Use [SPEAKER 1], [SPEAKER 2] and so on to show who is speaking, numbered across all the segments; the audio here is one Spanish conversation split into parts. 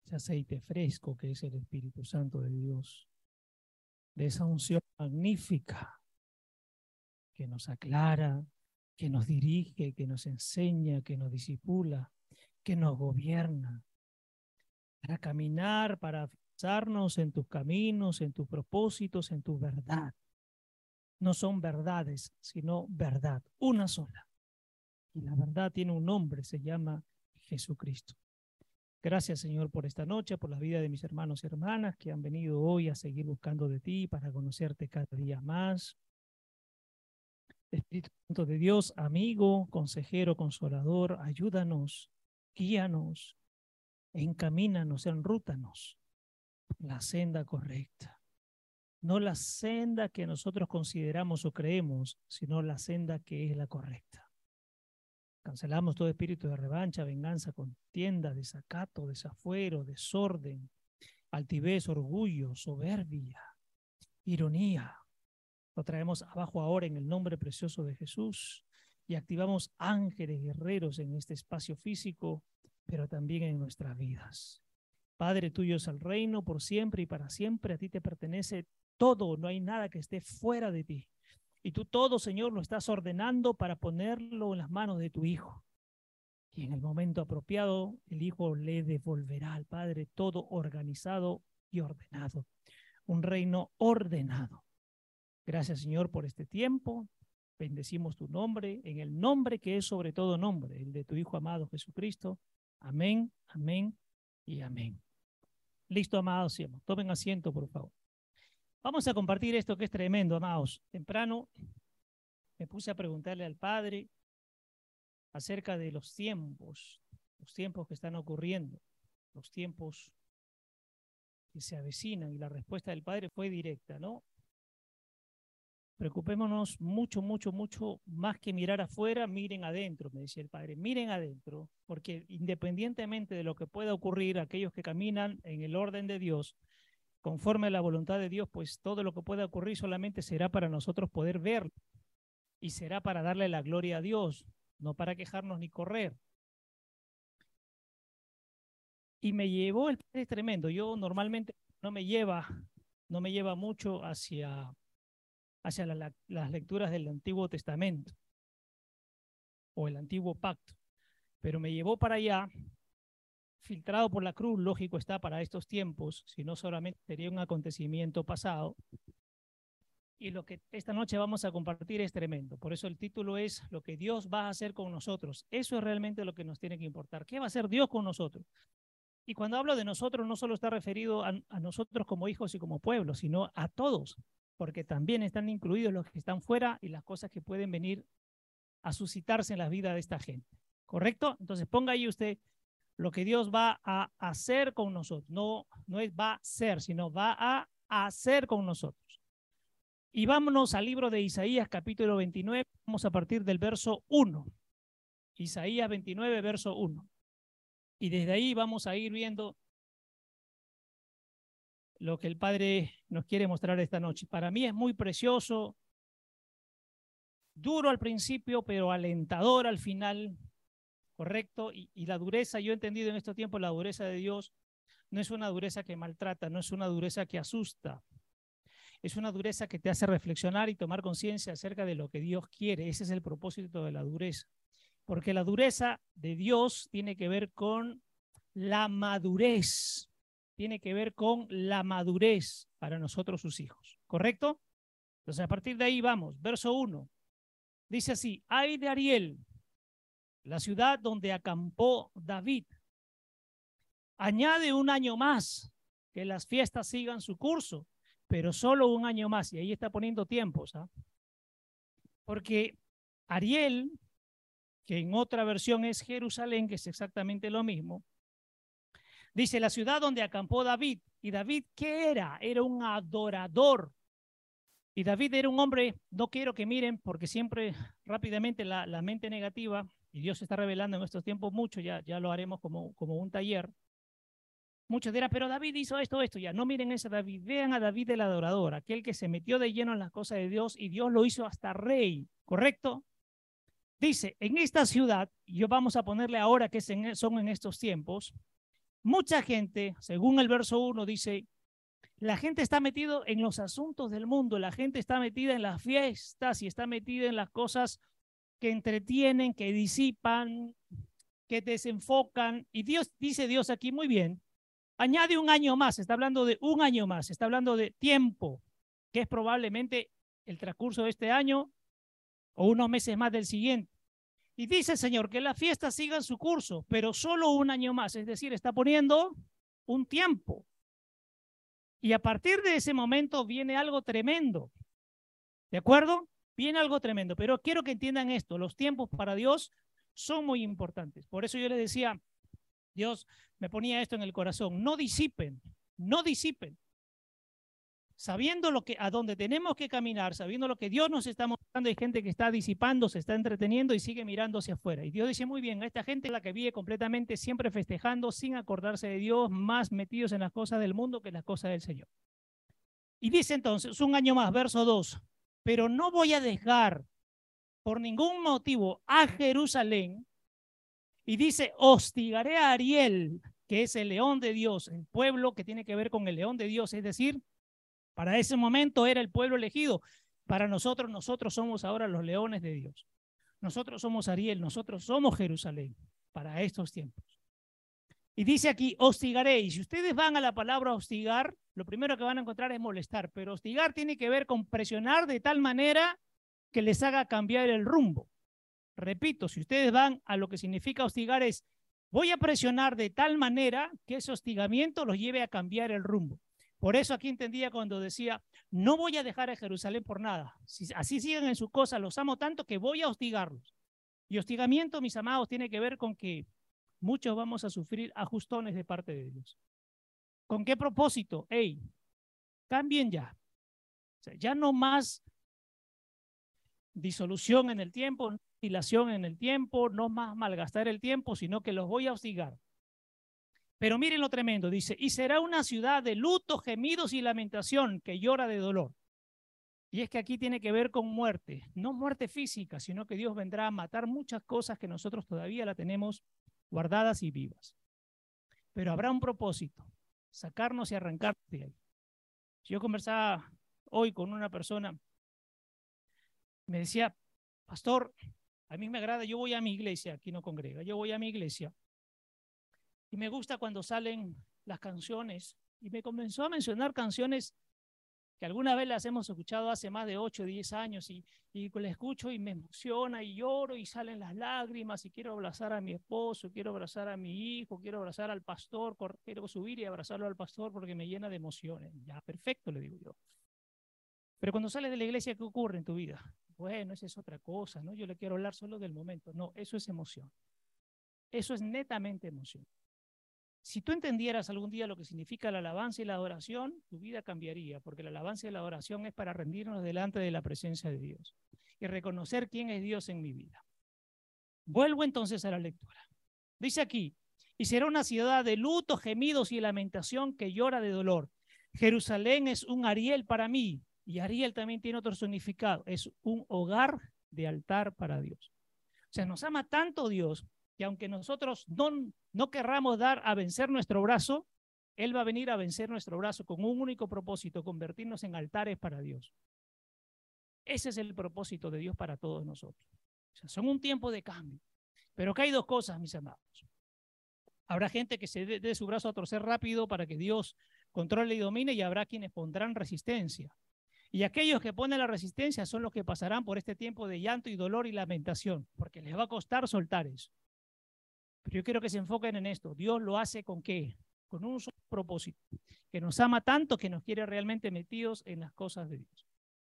[SPEAKER 1] ese aceite fresco que es el Espíritu Santo de Dios, de esa unción magnífica que nos aclara, que nos dirige, que nos enseña, que nos discipula, que nos gobierna, para caminar, para afianzarnos en tus caminos, en tus propósitos, en tu verdad. No son verdades, sino verdad, una sola. Y la verdad tiene un nombre, se llama Jesucristo. Gracias, Señor, por esta noche, por la vida de mis hermanos y hermanas que han venido hoy a seguir buscando de ti para conocerte cada día más. Espíritu Santo de Dios, amigo, consejero, consolador, ayúdanos, guíanos, encamínanos, enrútanos la senda correcta. No la senda que nosotros consideramos o creemos, sino la senda que es la correcta. Cancelamos todo espíritu de revancha, venganza, contienda, desacato, desafuero, desorden, altivez, orgullo, soberbia, ironía. Lo traemos abajo ahora en el nombre precioso de Jesús y activamos ángeles guerreros en este espacio físico, pero también en nuestras vidas. Padre, tuyo es el reino por siempre y para siempre. A ti te pertenece todo, no hay nada que esté fuera de ti. Y tú todo, Señor, lo estás ordenando para ponerlo en las manos de tu Hijo. Y en el momento apropiado, el Hijo le devolverá al Padre todo organizado y ordenado. Un reino ordenado. Gracias, Señor, por este tiempo. Bendecimos tu nombre, en el nombre que es sobre todo nombre, el de tu Hijo amado Jesucristo. Amén, amén y amén. Listo, amados, tomen asiento, por favor. Vamos a compartir esto que es tremendo, amados. Temprano me puse a preguntarle al Padre acerca de los tiempos que están ocurriendo, los tiempos que se avecinan, y la respuesta del Padre fue directa, ¿no? Preocupémonos mucho, mucho, mucho más que mirar afuera, miren adentro, me decía el Padre, miren adentro, porque independientemente de lo que pueda ocurrir, aquellos que caminan en el orden de Dios, conforme a la voluntad de Dios, pues todo lo que pueda ocurrir solamente será para nosotros poder verlo y será para darle la gloria a Dios, no para quejarnos ni correr. Y me llevó el Padre tremendo. Yo normalmente no me lleva mucho hacia las lecturas del Antiguo Testamento o el Antiguo Pacto, pero me llevó para allá, filtrado por la cruz, lógico está para estos tiempos, si no solamente sería un acontecimiento pasado. Y lo que esta noche vamos a compartir es tremendo. Por eso el título es Lo que Dios va a hacer con nosotros. Eso es realmente lo que nos tiene que importar. ¿Qué va a hacer Dios con nosotros? Y cuando hablo de nosotros, no solo está referido a nosotros como hijos y como pueblo, sino a todos, porque también están incluidos los que están fuera y las cosas que pueden venir a suscitarse en la vida de esta gente. ¿Correcto? Entonces ponga ahí usted lo que Dios va a hacer con nosotros. No es va a ser, sino va a hacer con nosotros. Y vámonos al libro de Isaías, capítulo 29. Vamos a partir del verso 1. Isaías 29, verso 1. Y desde ahí vamos a ir viendo lo que el Padre nos quiere mostrar esta noche. Para mí es muy precioso, duro al principio, pero alentador al final, correcto. Y la dureza, yo he entendido en estos tiempos, la dureza de Dios no es una dureza que maltrata, no es una dureza que asusta. Es una dureza que te hace reflexionar y tomar conciencia acerca de lo que Dios quiere. Ese es el propósito de la dureza. Porque la dureza de Dios tiene que ver con la madurez. Tiene que ver con la madurez para nosotros sus hijos. ¿Correcto? Entonces a partir de ahí vamos. Verso 1. Dice así: ay de Ariel, la ciudad donde acampó David. Añade un año más, que las fiestas sigan su curso, pero solo un año más. Y ahí está poniendo tiempos, ¿ah? Porque Ariel, que en otra versión es Jerusalén, que es exactamente lo mismo, dice la ciudad donde acampó David. ¿Y David qué era? Era un adorador. Y David era un hombre, no quiero que miren, porque siempre rápidamente la mente negativa, y Dios se está revelando en estos tiempos mucho, ya lo haremos como un taller. Muchos dirán, pero David hizo esto, ya. No miren ese David, vean a David el adorador, aquel que se metió de lleno en las cosas de Dios y Dios lo hizo hasta rey, ¿correcto? Dice, en esta ciudad, y yo vamos a ponerle ahora que son en estos tiempos, Mucha gente, según el verso 1, dice, la gente está metida en los asuntos del mundo, la gente está metida en las fiestas y está metida en las cosas que entretienen, que disipan, que desenfocan. Y Dios, dice Dios aquí, muy bien, añade un año más, está hablando de un año más, está hablando de tiempo, que es probablemente el transcurso de este año o unos meses más del siguiente. Y dice el Señor que las fiestas sigan su curso, pero solo un año más, es decir, está poniendo un tiempo. Y a partir de ese momento viene algo tremendo, ¿de acuerdo? Viene algo tremendo, pero quiero que entiendan esto, los tiempos para Dios son muy importantes. Por eso yo les decía, Dios me ponía esto en el corazón, no disipen, no disipen. Sabiendo lo que, a dónde tenemos que caminar, sabiendo lo que Dios nos está mostrando, hay gente que está disipando, se está entreteniendo y sigue mirando hacia afuera. Y Dios dice, muy bien, esta gente es la que vive completamente siempre festejando, sin acordarse de Dios, más metidos en las cosas del mundo que en las cosas del Señor. Y dice entonces, un año más, verso 2, pero no voy a dejar por ningún motivo a Jerusalén. Y dice, hostigaré a Ariel, que es el león de Dios, el pueblo que tiene que ver con el león de Dios, es decir, para ese momento era el pueblo elegido. Para nosotros, nosotros somos ahora los leones de Dios. Nosotros somos Ariel, nosotros somos Jerusalén para estos tiempos. Y dice aquí, hostigaré. Y si ustedes van a la palabra hostigar, lo primero que van a encontrar es molestar. Pero hostigar tiene que ver con presionar de tal manera que les haga cambiar el rumbo. Repito, si ustedes van a lo que significa hostigar es, voy a presionar de tal manera que ese hostigamiento los lleve a cambiar el rumbo. Por eso aquí entendía cuando decía, no voy a dejar a Jerusalén por nada. Si así siguen en sus cosas, los amo tanto que voy a hostigarlos. Y hostigamiento, mis amados, tiene que ver con que muchos vamos a sufrir ajustones de parte de Dios. ¿Con qué propósito? Hey, cambien ya. O sea, ya no más disolución en el tiempo, dilación en el tiempo, no más malgastar el tiempo, sino que los voy a hostigar. Pero miren lo tremendo, dice, y será una ciudad de luto, gemidos y lamentación que llora de dolor. Y es que aquí tiene que ver con muerte, no muerte física, sino que Dios vendrá a matar muchas cosas que nosotros todavía la tenemos guardadas y vivas. Pero habrá un propósito, sacarnos y arrancarnos de ahí. Yo conversaba hoy con una persona, me decía, pastor, a mí me agrada, yo voy a mi iglesia, aquí no congrega, yo voy a mi iglesia y me gusta cuando salen las canciones y me comenzó a mencionar canciones que alguna vez las hemos escuchado hace más de 8 o 10 años y la escucho y me emociona y lloro y salen las lágrimas y quiero abrazar a mi esposo, quiero abrazar a mi hijo, quiero abrazar al pastor, quiero subir y abrazarlo al pastor porque me llena de emociones. Ya, perfecto, le digo yo. Pero cuando sales de la iglesia, ¿qué ocurre en tu vida? Bueno, esa es otra cosa, ¿no? Yo le quiero hablar solo del momento. No, eso es emoción. Eso es netamente emoción. Si tú entendieras algún día lo que significa la alabanza y la adoración, tu vida cambiaría, porque la alabanza y la adoración es para rendirnos delante de la presencia de Dios y reconocer quién es Dios en mi vida. Vuelvo entonces a la lectura. Dice aquí, y será una ciudad de luto, gemidos y lamentación que llora de dolor. Jerusalén es un Ariel para mí, y Ariel también tiene otro significado, es un hogar de altar para Dios. O sea, nos ama tanto Dios que aunque nosotros no querramos dar a vencer nuestro brazo, Él va a venir a vencer nuestro brazo con un único propósito, convertirnos en altares para Dios. Ese es el propósito de Dios para todos nosotros. O sea, son un tiempo de cambio. Pero acá hay dos cosas, mis amados. Habrá gente que se dé su brazo a torcer rápido para que Dios controle y domine y habrá quienes pondrán resistencia. Y aquellos que ponen la resistencia son los que pasarán por este tiempo de llanto y dolor y lamentación, porque les va a costar soltar eso. Pero yo quiero que se enfoquen en esto. Dios lo hace ¿con qué? Con un solo propósito, que nos ama tanto que nos quiere realmente metidos en las cosas de Dios.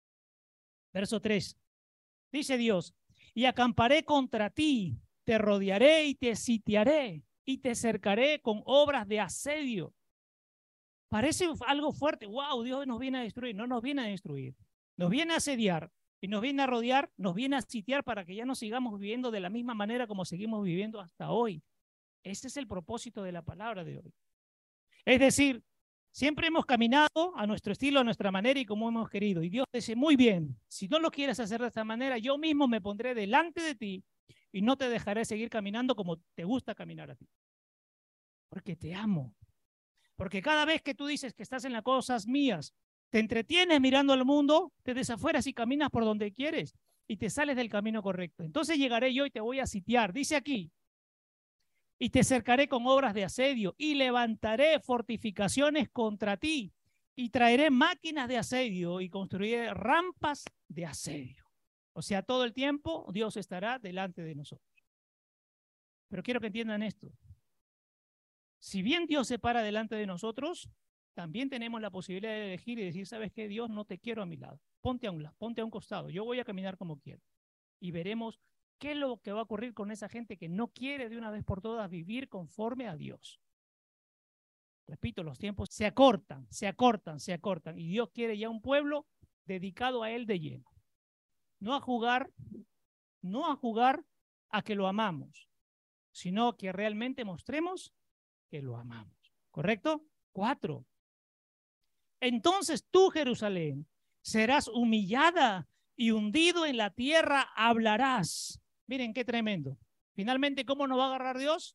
[SPEAKER 1] Verso 3. Dice Dios, y acamparé contra ti, te rodearé y te sitiaré y te cercaré con obras de asedio. Parece algo fuerte. Wow, Dios nos viene a destruir. No nos viene a destruir. Nos viene a asediar y nos viene a rodear, nos viene a sitiar para que ya no sigamos viviendo de la misma manera como seguimos viviendo hasta hoy. Ese es el propósito de la palabra de hoy. Es decir, siempre hemos caminado a nuestro estilo, a nuestra manera y como hemos querido. Y Dios dice, muy bien, si no lo quieres hacer de esta manera, yo mismo me pondré delante de ti y no te dejaré seguir caminando como te gusta caminar a ti. Porque te amo. Porque cada vez que tú dices que estás en las cosas mías, te entretienes mirando al mundo, te desafueras y caminas por donde quieres y te sales del camino correcto. Entonces llegaré yo y te voy a sitiar. Dice aquí, y te cercaré con obras de asedio y levantaré fortificaciones contra ti y traeré máquinas de asedio y construiré rampas de asedio. O sea, todo el tiempo Dios estará delante de nosotros. Pero quiero que entiendan esto. Si bien Dios se para delante de nosotros, también tenemos la posibilidad de elegir y decir, ¿sabes qué? Dios, no te quiero a mi lado. Ponte a un lado, ponte a un costado. Yo voy a caminar como quiero. Y veremos qué es lo que va a ocurrir con esa gente que no quiere de una vez por todas vivir conforme a Dios. Repito, los tiempos se acortan, se acortan, se acortan. Y Dios quiere ya un pueblo dedicado a Él de lleno. No a jugar, no a jugar a que lo amamos, sino que realmente mostremos que lo amamos. ¿Correcto? 4. Entonces tú, Jerusalén, serás humillada y hundido en la tierra hablarás. Miren qué tremendo. Finalmente, ¿cómo nos va a agarrar Dios?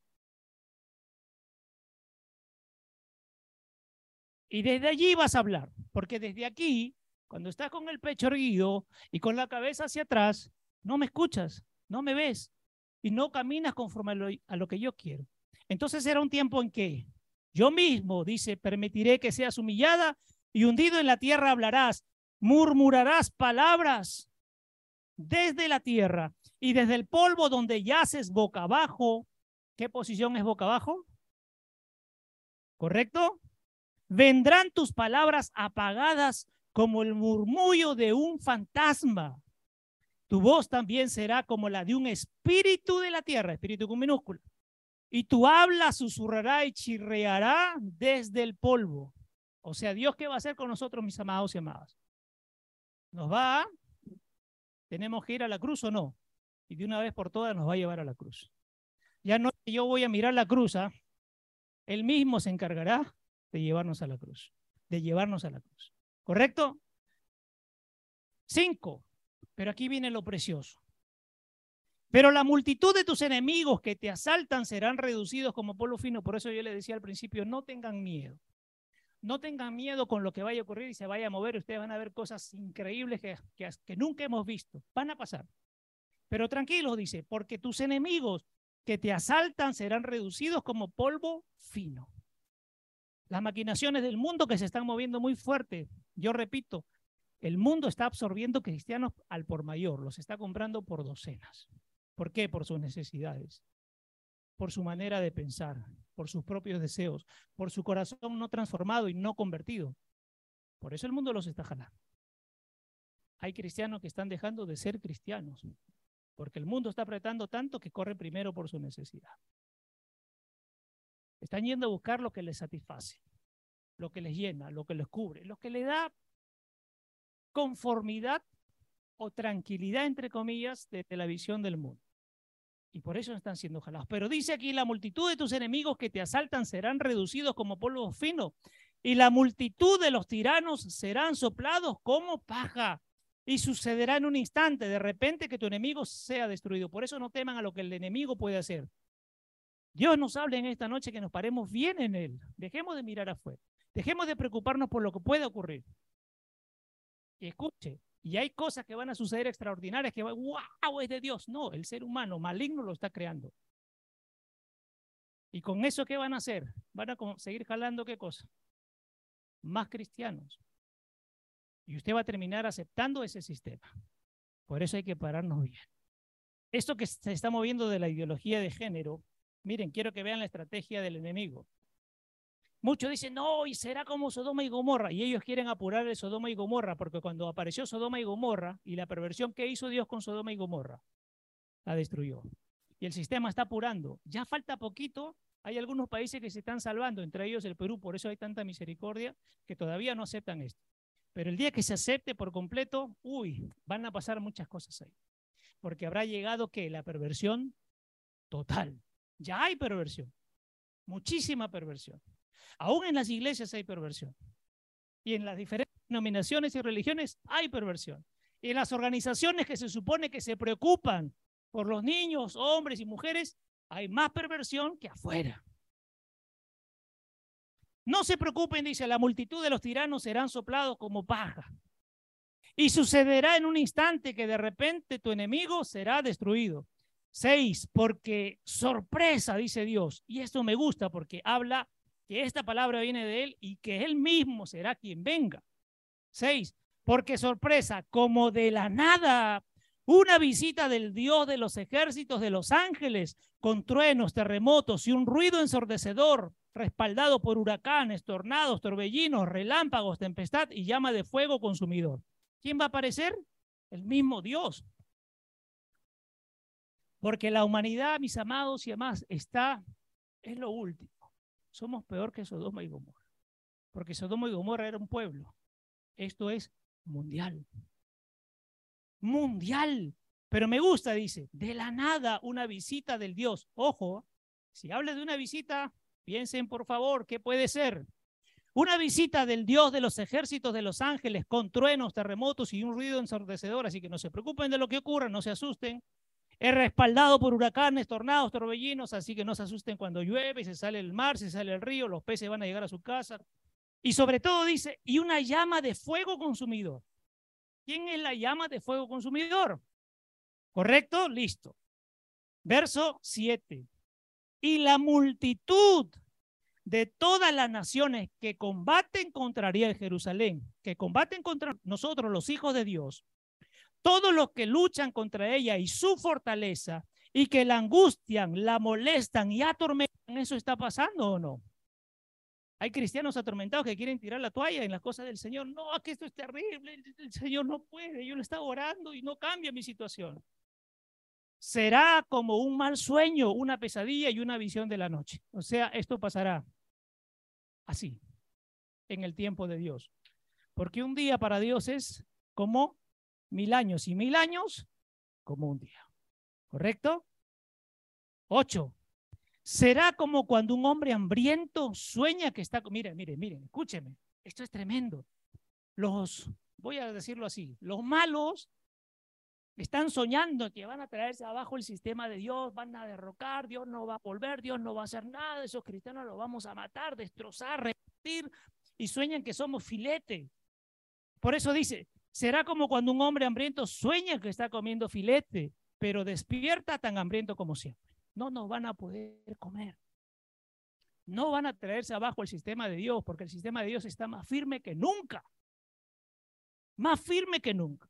[SPEAKER 1] Y desde allí vas a hablar, porque desde aquí, cuando estás con el pecho erguido y con la cabeza hacia atrás, no me escuchas, no me ves y no caminas conforme a lo que yo quiero. Entonces será un tiempo en que yo mismo, dice, permitiré que seas humillada y hundido en la tierra hablarás, murmurarás palabras desde la tierra y desde el polvo donde yaces boca abajo. ¿Qué posición es boca abajo? ¿Correcto? Vendrán tus palabras apagadas como el murmullo de un fantasma. Tu voz también será como la de un espíritu de la tierra, espíritu con minúscula. Y tu habla susurrará y chirreará desde el polvo. O sea, Dios, ¿qué va a hacer con nosotros, mis amados y amadas? ¿Nos va a? ¿Tenemos que ir a la cruz o no? Y de una vez por todas nos va a llevar a la cruz. Ya no yo voy a mirar la cruz, ¿ah? Él mismo se encargará de llevarnos a la cruz, de llevarnos a la cruz. ¿Correcto? 5. Pero aquí viene lo precioso. Pero la multitud de tus enemigos que te asaltan serán reducidos como polvo fino. Por eso yo les decía al principio, no tengan miedo. No tengan miedo con lo que vaya a ocurrir y se vaya a mover. Ustedes van a ver cosas increíbles que nunca hemos visto. Van a pasar. Pero tranquilos, dice, porque tus enemigos que te asaltan serán reducidos como polvo fino. Las maquinaciones del mundo que se están moviendo muy fuerte. Yo repito, el mundo está absorbiendo cristianos al por mayor, los está comprando por docenas. ¿Por qué? Por sus necesidades, por su manera de pensar, por sus propios deseos, por su corazón no transformado y no convertido. Por eso el mundo los está jalando. Hay cristianos que están dejando de ser cristianos, porque el mundo está apretando tanto que corre primero por su necesidad. Están yendo a buscar lo que les satisface, lo que les llena, lo que les cubre, lo que les da conformidad o tranquilidad, entre comillas, de la visión del mundo. Y por eso están siendo jalados. Pero dice aquí, la multitud de tus enemigos que te asaltan serán reducidos como polvo fino, y la multitud de los tiranos serán soplados como paja. Y sucederá en un instante, de repente, que tu enemigo sea destruido. Por eso no teman a lo que el enemigo puede hacer. Dios nos habla en esta noche que nos paremos bien en Él. Dejemos de mirar afuera. Dejemos de preocuparnos por lo que puede ocurrir. Y escuche, y hay cosas que van a suceder extraordinarias que wow, es de Dios. No, el ser humano maligno lo está creando. Y con eso, ¿qué van a hacer? Van a seguir jalando, ¿qué cosa? Más cristianos. Y usted va a terminar aceptando ese sistema. Por eso hay que pararnos bien. Esto que se está moviendo de la ideología de género, miren, quiero que vean la estrategia del enemigo. Muchos dicen, no, y será como Sodoma y Gomorra. Y ellos quieren apurar el Sodoma y Gomorra, porque cuando apareció Sodoma y Gomorra y la perversión que hizo Dios con Sodoma y Gomorra, la destruyó. Y el sistema está apurando. Ya falta poquito. Hay algunos países que se están salvando, entre ellos el Perú. Por eso hay tanta misericordia que todavía no aceptan esto. Pero el día que se acepte por completo, van a pasar muchas cosas ahí. Porque habrá llegado, ¿qué? La perversión total. Ya hay perversión. Muchísima perversión. Aún en las iglesias hay perversión. Y en las diferentes denominaciones y religiones hay perversión. Y en las organizaciones que se supone que se preocupan por los niños, hombres y mujeres, hay más perversión que afuera. No se preocupen, dice, la multitud de los tiranos serán soplados como paja. Y sucederá en un instante que de repente tu enemigo será destruido. 6, porque sorpresa, dice Dios. Y esto me gusta porque habla que esta palabra viene de él y que él mismo será quien venga. 6, porque sorpresa, como de la nada, una visita del Dios de los ejércitos de los ángeles, con truenos, terremotos y un ruido ensordecedor, respaldado por huracanes, tornados, torbellinos, relámpagos, tempestad y llama de fuego consumidor. ¿Quién va a aparecer? El mismo Dios. Porque la humanidad, mis amados y amadas, es lo último. Somos peor que Sodoma y Gomorra. Porque Sodoma y Gomorra era un pueblo. Esto es mundial. Mundial. Pero me gusta, dice, de la nada una visita del Dios. Ojo, si habla de una visita, piensen por favor, ¿qué puede ser? Una visita del Dios de los ejércitos de los ángeles con truenos, terremotos y un ruido ensordecedor, así que no se preocupen de lo que ocurra, no se asusten. Es respaldado por huracanes, tornados, torbellinos, así que no se asusten cuando llueve, se sale el mar, se sale el río, los peces van a llegar a su casa. Y sobre todo dice, y una llama de fuego consumidor. ¿Quién es la llama de fuego consumidor? ¿Correcto? Listo. Verso 7. Y la multitud de todas las naciones que combaten contra Jerusalén, que combaten contra nosotros, los hijos de Dios, todos los que luchan contra ella y su fortaleza, y que la angustian, la molestan y atormentan, ¿eso está pasando o no? Hay cristianos atormentados que quieren tirar la toalla en las cosas del Señor. No, que esto es terrible, el Señor no puede, yo le estaba orando y no cambia mi situación. Será como un mal sueño, una pesadilla y una visión de la noche. O sea, esto pasará así, en el tiempo de Dios. Porque un día para Dios es como 1000 años y 1000 años como un día. ¿Correcto? 8. Será como cuando un hombre hambriento sueña que está... Miren, escúcheme. Esto es tremendo. Voy a decirlo así, los malos están soñando que van a traerse abajo el sistema de Dios, van a derrocar, Dios no va a volver, Dios no va a hacer nada, esos cristianos los vamos a matar, destrozar, repetir, y sueñan que somos filete. Por eso dice, será como cuando un hombre hambriento sueña que está comiendo filete, pero despierta tan hambriento como siempre. No nos van a poder comer. No van a traerse abajo el sistema de Dios, porque el sistema de Dios está más firme que nunca. Más firme que nunca.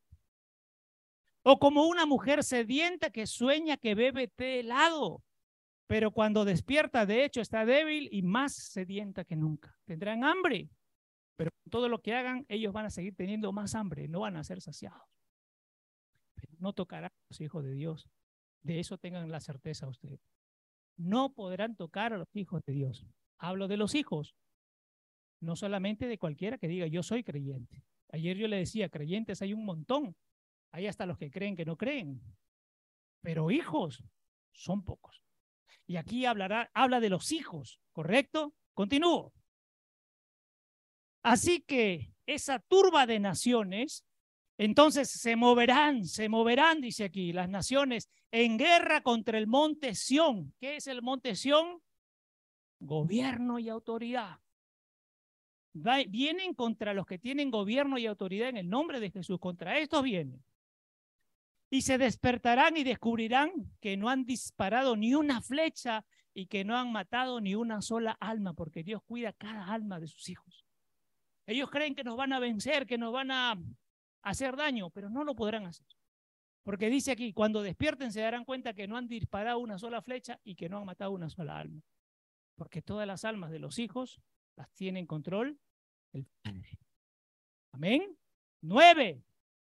[SPEAKER 1] O como una mujer sedienta que sueña que bebe té helado, pero cuando despierta, de hecho, está débil y más sedienta que nunca. Tendrán hambre, pero todo lo que hagan, ellos van a seguir teniendo más hambre, no van a ser saciados. Pero no tocarán a los hijos de Dios. De eso tengan la certeza ustedes. No podrán tocar a los hijos de Dios. Hablo de los hijos, no solamente de cualquiera que diga yo soy creyente. Ayer yo le decía, creyentes hay un montón. Hay hasta los que creen que no creen. Pero hijos son pocos. Y aquí habla de los hijos, ¿correcto? Continúo. Así que esa turba de naciones, entonces se moverán, dice aquí, las naciones en guerra contra el monte Sión. ¿Qué es el monte Sión? Gobierno y autoridad. Vienen contra los que tienen gobierno y autoridad en el nombre de Jesús. Contra estos vienen. Y se despertarán y descubrirán que no han disparado ni una flecha y que no han matado ni una sola alma, porque Dios cuida cada alma de sus hijos. Ellos creen que nos van a vencer, que nos van a hacer daño, pero no lo podrán hacer. Porque dice aquí, cuando despierten se darán cuenta que no han disparado una sola flecha y que no han matado una sola alma. Porque todas las almas de los hijos las tiene en control el Padre. Amén. 9.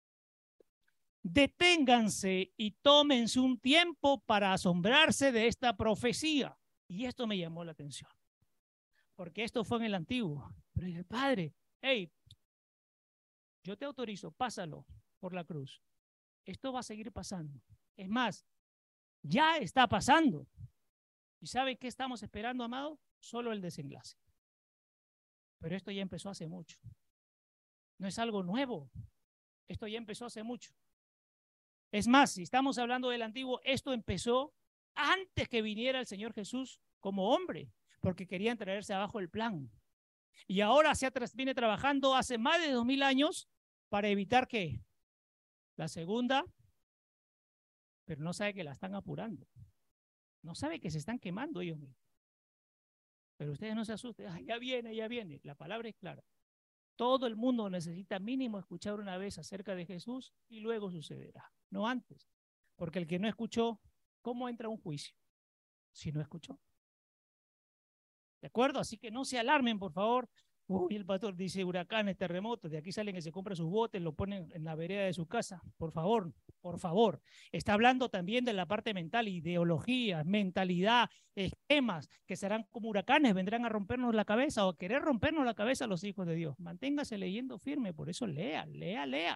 [SPEAKER 1] Deténganse y tómense un tiempo para asombrarse de esta profecía. Y esto me llamó la atención. Porque esto fue en el antiguo. Pero dije, Padre, hey, yo te autorizo, pásalo por la cruz. Esto va a seguir pasando. Es más, ya está pasando. ¿Y saben qué estamos esperando, amado? Solo el desenlace. Pero esto ya empezó hace mucho. No es algo nuevo. Esto ya empezó hace mucho. Es más, si estamos hablando del antiguo, esto empezó antes que viniera el Señor Jesús como hombre, porque querían traerse abajo el plan. Y ahora viene trabajando hace más de 2000 años para evitar que la segunda, pero no sabe que la están apurando. No sabe que se están quemando ellos mismos. Pero ustedes no se asusten. Ah, ya viene, ya viene. La palabra es clara. Todo el mundo necesita mínimo escuchar una vez acerca de Jesús y luego sucederá. No antes. Porque el que no escuchó, ¿cómo entra a un juicio? Si no escuchó. ¿De acuerdo? Así que no se alarmen, por favor. Uy, el pastor dice huracanes, terremotos. De aquí salen que se compran sus botes, lo ponen en la vereda de su casa. Por favor, por favor. Está hablando también de la parte mental, ideología, mentalidad, esquemas que serán como huracanes, vendrán a rompernos la cabeza o a querer rompernos la cabeza a los hijos de Dios. Manténgase leyendo firme, por eso lea, lea, lea.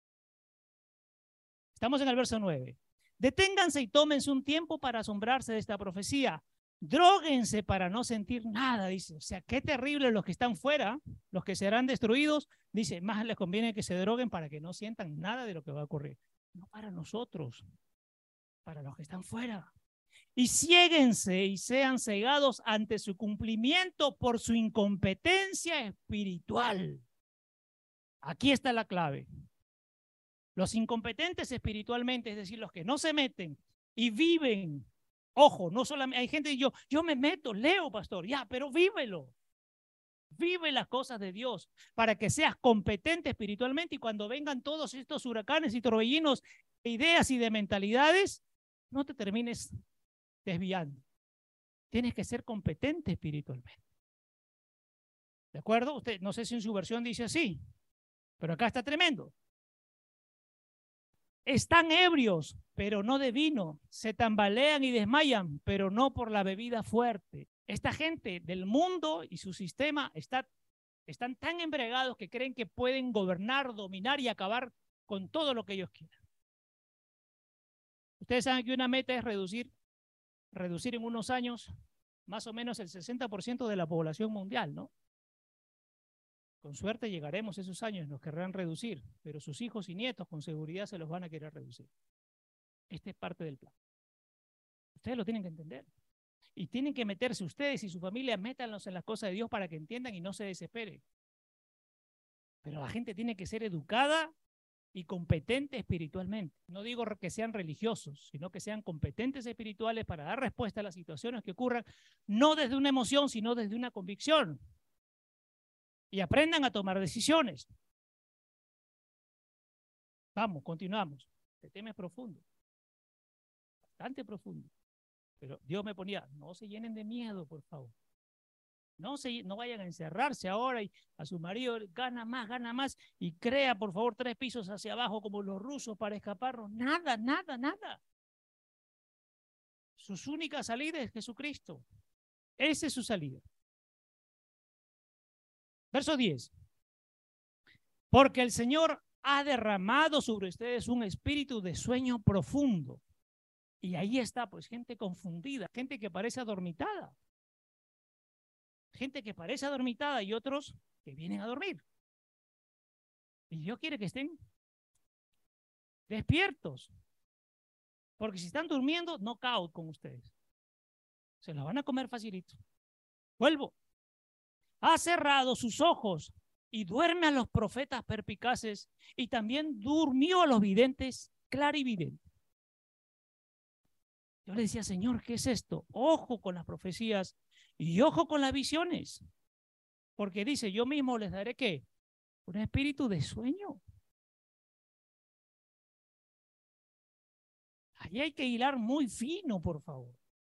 [SPEAKER 1] Estamos en el verso 9. Deténganse y tómense un tiempo para asombrarse de esta profecía. Dróguense para no sentir nada, dice. O sea, qué terrible los que están fuera, los que serán destruidos. Dice, más les conviene que se droguen para que no sientan nada de lo que va a ocurrir. No para nosotros, para los que están fuera. Y ciéguense y sean cegados ante su cumplimiento por su incompetencia espiritual. Aquí está la clave. Los incompetentes espiritualmente, es decir, los que no se meten y viven. Ojo, no solamente hay gente que yo me meto, leo, pastor, ya, pero vívelo. Vive las cosas de Dios para que seas competente espiritualmente y cuando vengan todos estos huracanes y torbellinos de ideas y de mentalidades, no te termines desviando. Tienes que ser competente espiritualmente. ¿De acuerdo? Usted, no sé si en su versión dice así, pero acá está tremendo. Están ebrios, pero no de vino. Se tambalean y desmayan, pero no por la bebida fuerte. Esta gente del mundo y su sistema están tan embriagados que creen que pueden gobernar, dominar y acabar con todo lo que ellos quieran. Ustedes saben que una meta es reducir en unos años más o menos el 60% de la población mundial, ¿no? Con suerte llegaremos a esos años, nos querrán reducir, pero sus hijos y nietos con seguridad se los van a querer reducir. Este es parte del plan. Ustedes lo tienen que entender. Y tienen que meterse ustedes y su familia, métanlos en las cosas de Dios para que entiendan y no se desesperen. Pero la gente tiene que ser educada y competente espiritualmente. No digo que sean religiosos, sino que sean competentes espirituales para dar respuesta a las situaciones que ocurran, no desde una emoción, sino desde una convicción. Y aprendan a tomar decisiones. Vamos, continuamos. Este tema es profundo, bastante profundo. Pero Dios me ponía, no se llenen de miedo, por favor. No vayan a encerrarse ahora y a su marido gana más y crea, por favor, 3 pisos hacia abajo como los rusos para escaparnos. Nada, nada, nada. Sus únicas salidas es Jesucristo. Esa es su salida. Verso 10. Porque el Señor ha derramado sobre ustedes un espíritu de sueño profundo. Y ahí está, pues, gente confundida, gente que parece adormitada. Gente que parece adormitada y otros que vienen a dormir. Y Dios quiere que estén despiertos. Porque si están durmiendo, knockout con ustedes. Se la van a comer facilito. Vuelvo. Ha cerrado sus ojos y duerme a los profetas perspicaces y también durmió a los videntes clarividentes. Yo le decía, Señor, ¿qué es esto? Ojo con las profecías y ojo con las visiones. Porque dice, yo mismo les daré, ¿qué? Un espíritu de sueño. Ahí hay que hilar muy fino, por favor.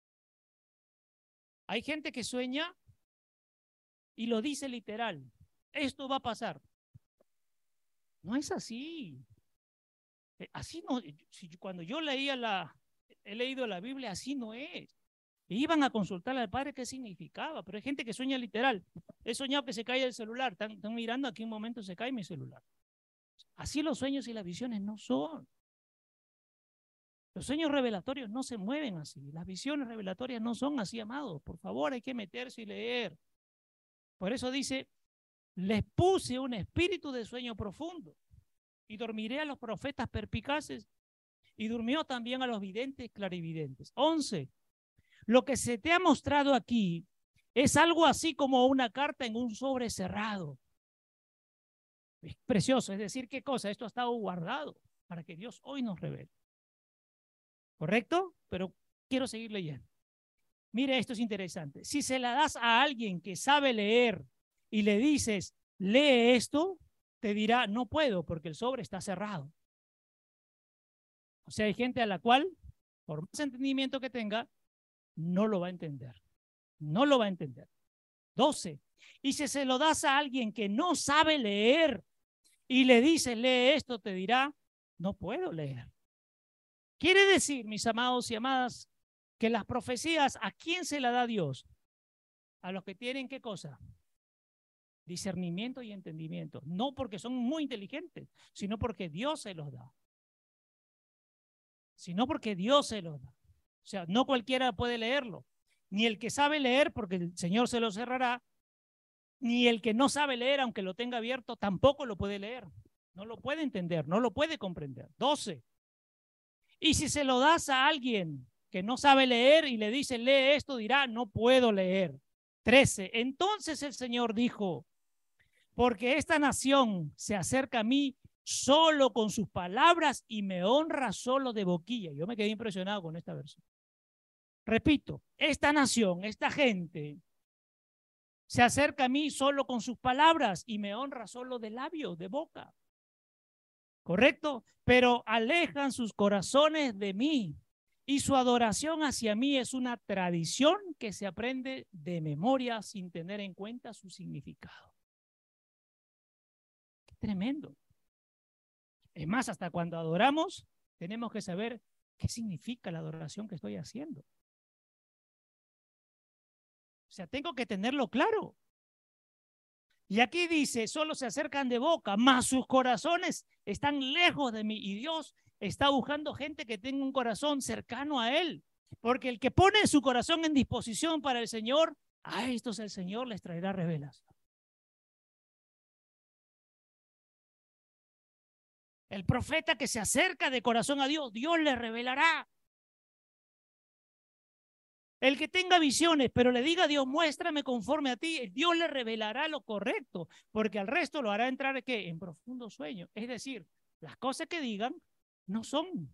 [SPEAKER 1] Hay gente que sueña y lo dice literal. Esto va a pasar. No es así. Así no. Cuando yo he leído la Biblia, así no es. Iban a consultarle al padre qué significaba, pero hay gente que sueña literal. He soñado que se cae el celular. Están mirando, aquí un momento se cae mi celular. Así los sueños y las visiones no son. Los sueños revelatorios no se mueven así. Las visiones revelatorias no son así, amados. Por favor, hay que meterse y leer. Por eso dice, les puse un espíritu de sueño profundo y dormiré a los profetas perspicaces y durmió también a los videntes clarividentes. 11. Lo que se te ha mostrado aquí Es algo así como una carta en un sobre cerrado. Es precioso, es decir, ¿qué cosa? Esto ha estado guardado para que Dios hoy nos revele. ¿Correcto? Pero quiero seguir leyendo. Mire, esto es interesante. Si se la das a alguien que sabe leer y le dices, lee esto, te dirá, no puedo porque el sobre está cerrado. O sea, hay gente a la cual, por más entendimiento que tenga, no lo va a entender. No lo va a entender. 12. Y si se lo das a alguien que no sabe leer y le dices, lee esto, te dirá, no puedo leer. Quiere decir, mis amados y amadas, que las profecías, ¿a quién se la da Dios? A los que tienen, ¿qué cosa? Discernimiento y entendimiento. No porque son muy inteligentes, sino porque Dios se los da. Sino porque Dios se los da. O sea, no cualquiera puede leerlo. Ni el que sabe leer, porque el Señor se lo cerrará, ni el que no sabe leer, aunque lo tenga abierto, tampoco lo puede leer. No lo puede entender, no lo puede comprender. 12. Y si se lo das a alguien que no sabe leer y le dice, lee esto, dirá, no puedo leer. 13. Entonces el Señor dijo, porque esta nación se acerca a mí solo con sus palabras y me honra solo de boquilla. Yo me quedé impresionado con esta versión. Repito, esta nación, esta gente, se acerca a mí solo con sus palabras y me honra solo de labios, de boca. ¿Correcto? Pero alejan sus corazones de mí y su adoración hacia mí es una tradición que se aprende de memoria sin tener en cuenta su significado. Qué tremendo. Es más, hasta cuando adoramos, tenemos que saber qué significa la adoración que estoy haciendo. O sea, tengo que tenerlo claro. Y aquí dice, solo se acercan de boca, mas sus corazones están lejos de mí. Y Dios está buscando gente que tenga un corazón cercano a Él. Porque el que pone su corazón en disposición para el Señor, a estos el Señor les traerá revelación. El profeta que se acerca de corazón a Dios, Dios le revelará. El que tenga visiones, pero le diga a Dios, muéstrame conforme a ti, Dios le revelará lo correcto, porque al resto lo hará entrar ¿qué? En profundo sueño. Es decir, las cosas que digan no son.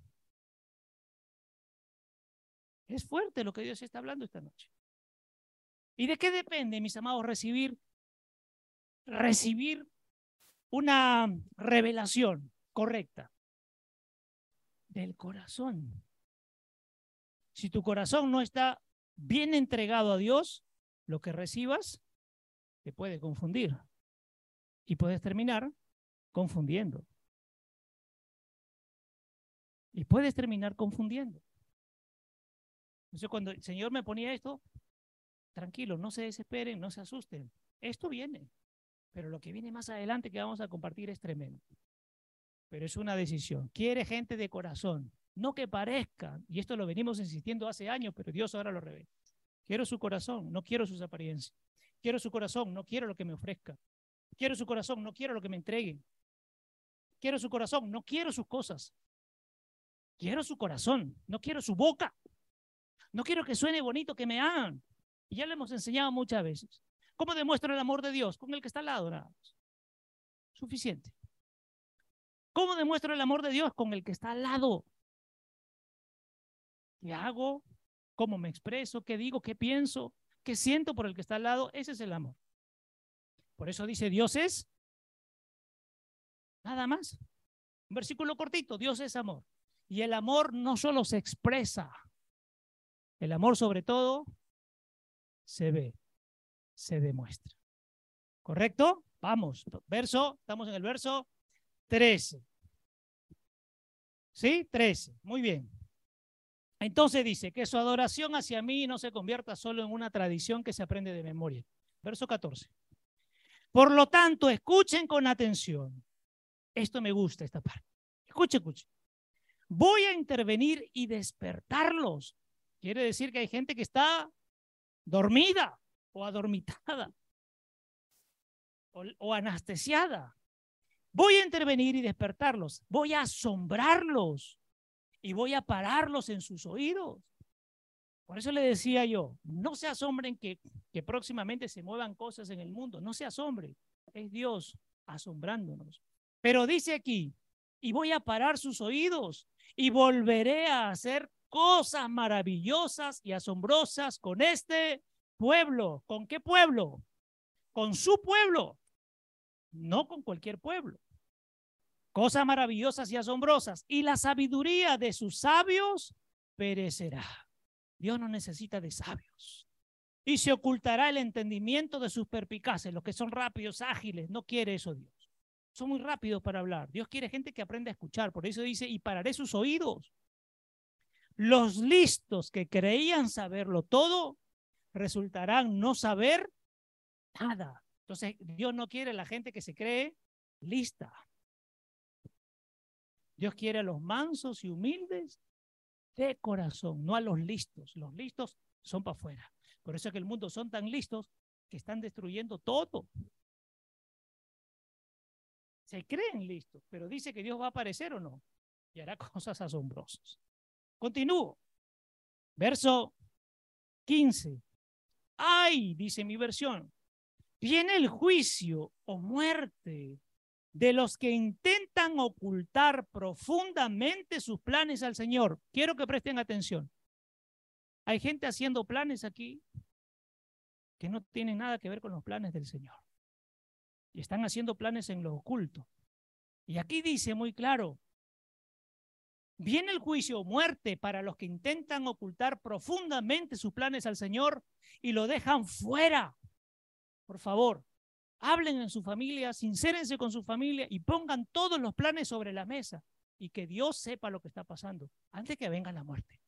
[SPEAKER 1] Es fuerte lo que Dios está hablando esta noche. ¿Y de qué depende, mis amados, recibir una revelación correcta? Del corazón. Si tu corazón no está bien entregado a Dios, lo que recibas te puede confundir y puedes terminar confundiendo. Y puedes terminar confundiendo. Entonces, cuando el Señor me ponía esto, tranquilo, no se desesperen, no se asusten. Esto viene, pero lo que viene más adelante que vamos a compartir es tremendo. Pero es una decisión. Quiere gente de corazón, no que parezca, y esto lo venimos insistiendo hace años, pero Dios ahora lo revela. Quiero su corazón, no quiero sus apariencias. Quiero su corazón, no quiero lo que me ofrezca. Quiero su corazón, no quiero lo que me entreguen. Quiero su corazón, no quiero sus cosas. Quiero su corazón, no quiero su boca. No quiero que suene bonito, que me hagan. Y ya lo hemos enseñado muchas veces. ¿Cómo demuestro el amor de Dios? Con el que está al lado, nada más. Suficiente. ¿Cómo demuestro el amor de Dios? Con el que está al lado. ¿Qué hago? ¿Cómo me expreso? ¿Qué digo? ¿Qué pienso? ¿Qué siento por el que está al lado? Ese es el amor. Por eso dice, Dios es nada más. Un versículo cortito, Dios es amor. Y el amor no solo se expresa, el amor sobre todo se ve, se demuestra. ¿Correcto? Vamos, estamos en el verso 13. ¿Sí? 13, muy bien. Entonces dice, que su adoración hacia mí no se convierta solo en una tradición que se aprende de memoria. Verso 14. Por lo tanto, escuchen con atención. Esto me gusta, esta parte. Escuchen. Voy a intervenir y despertarlos. Quiere decir que hay gente que está dormida o adormitada o anestesiada. Voy a intervenir y despertarlos. Voy a asombrarlos y voy a pararlos en sus oídos. Por eso le decía yo, no se asombren que próximamente se muevan cosas en el mundo. No se asombren. Es Dios asombrándonos. Pero dice aquí, y voy a parar sus oídos y volveré a hacer cosas maravillosas y asombrosas con este pueblo. ¿Con qué pueblo? Con su pueblo, no con cualquier pueblo. Cosas maravillosas y asombrosas. Y la sabiduría de sus sabios perecerá. Dios no necesita de sabios. Y se ocultará el entendimiento de sus perpicaces, los que son rápidos, ágiles. No quiere eso Dios. Son muy rápidos para hablar. Dios quiere gente que aprenda a escuchar. Por eso dice, y pararé sus oídos. Los listos que creían saberlo todo, resultarán no saber nada. Entonces, Dios no quiere a la gente que se cree lista. Dios quiere a los mansos y humildes de corazón, no a los listos. Los listos son para afuera. Por eso es que el mundo son tan listos que están destruyendo todo. Se creen listos, pero dice que Dios va a aparecer o no. Y hará cosas asombrosas. Continúo. Verso 15. ¡Ay! Dice mi versión. Viene el juicio o muerte de los que intentan ocultar profundamente sus planes al Señor. Quiero que presten atención. Hay gente haciendo planes aquí que no tienen nada que ver con los planes del Señor. Y están haciendo planes en lo oculto. Y aquí dice muy claro, viene el juicio o muerte para los que intentan ocultar profundamente sus planes al Señor y lo dejan fuera. Por favor, hablen en su familia, sincérense con su familia y pongan todos los planes sobre la mesa y que Dios sepa lo que está pasando antes que venga la muerte.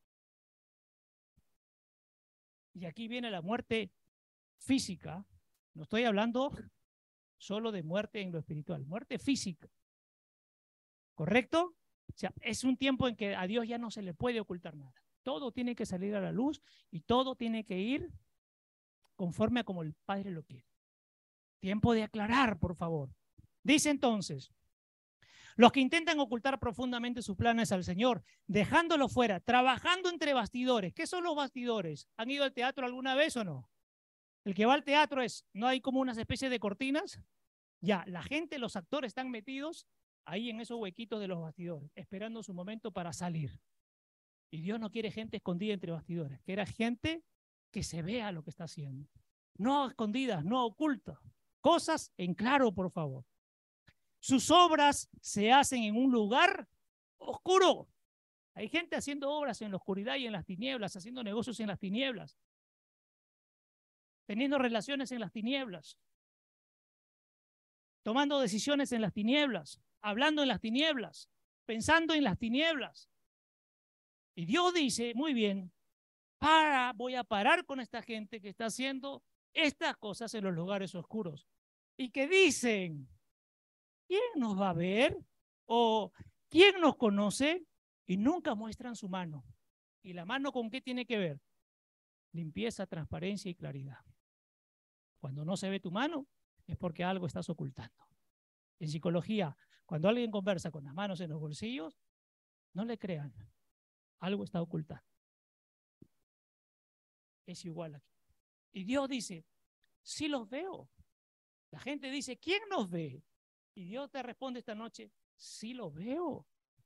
[SPEAKER 1] Y aquí viene la muerte física. No estoy hablando solo de muerte en lo espiritual, muerte física. ¿Correcto? O sea, es un tiempo en que a Dios ya no se le puede ocultar nada. Todo tiene que salir a la luz y todo tiene que ir conforme a como el Padre lo quiere. Tiempo de aclarar, por favor. Dice entonces, los que intentan ocultar profundamente sus planes al Señor, dejándolo fuera, trabajando entre bastidores. ¿Qué son los bastidores? ¿Han ido al teatro alguna vez o no? El que va al teatro ¿no hay como unas especies de cortinas? Ya, la gente, los actores están metidos ahí en esos huequitos de los bastidores, esperando su momento para salir. Y Dios no quiere gente escondida entre bastidores, quiere gente que se vea lo que está haciendo. No escondidas, no ocultas. Cosas en claro, por favor. Sus obras se hacen en un lugar oscuro. Hay gente haciendo obras en la oscuridad y en las tinieblas, haciendo negocios en las tinieblas, teniendo relaciones en las tinieblas, tomando decisiones en las tinieblas, hablando en las tinieblas, pensando en las tinieblas. Y Dios dice, muy bien, voy a parar con esta gente que está haciendo estas cosas en los lugares oscuros. Y que dicen, ¿quién nos va a ver? ¿O quién nos conoce? Y nunca muestran su mano. ¿Y la mano con qué tiene que ver? Limpieza, transparencia y claridad. Cuando no se ve tu mano, es porque algo estás ocultando. En psicología, cuando alguien conversa con las manos en los bolsillos, no le crean. Algo está ocultando. Es igual aquí. Y Dios dice, sí los veo. La gente dice, ¿quién nos ve? Y Dios te responde esta noche, sí los veo.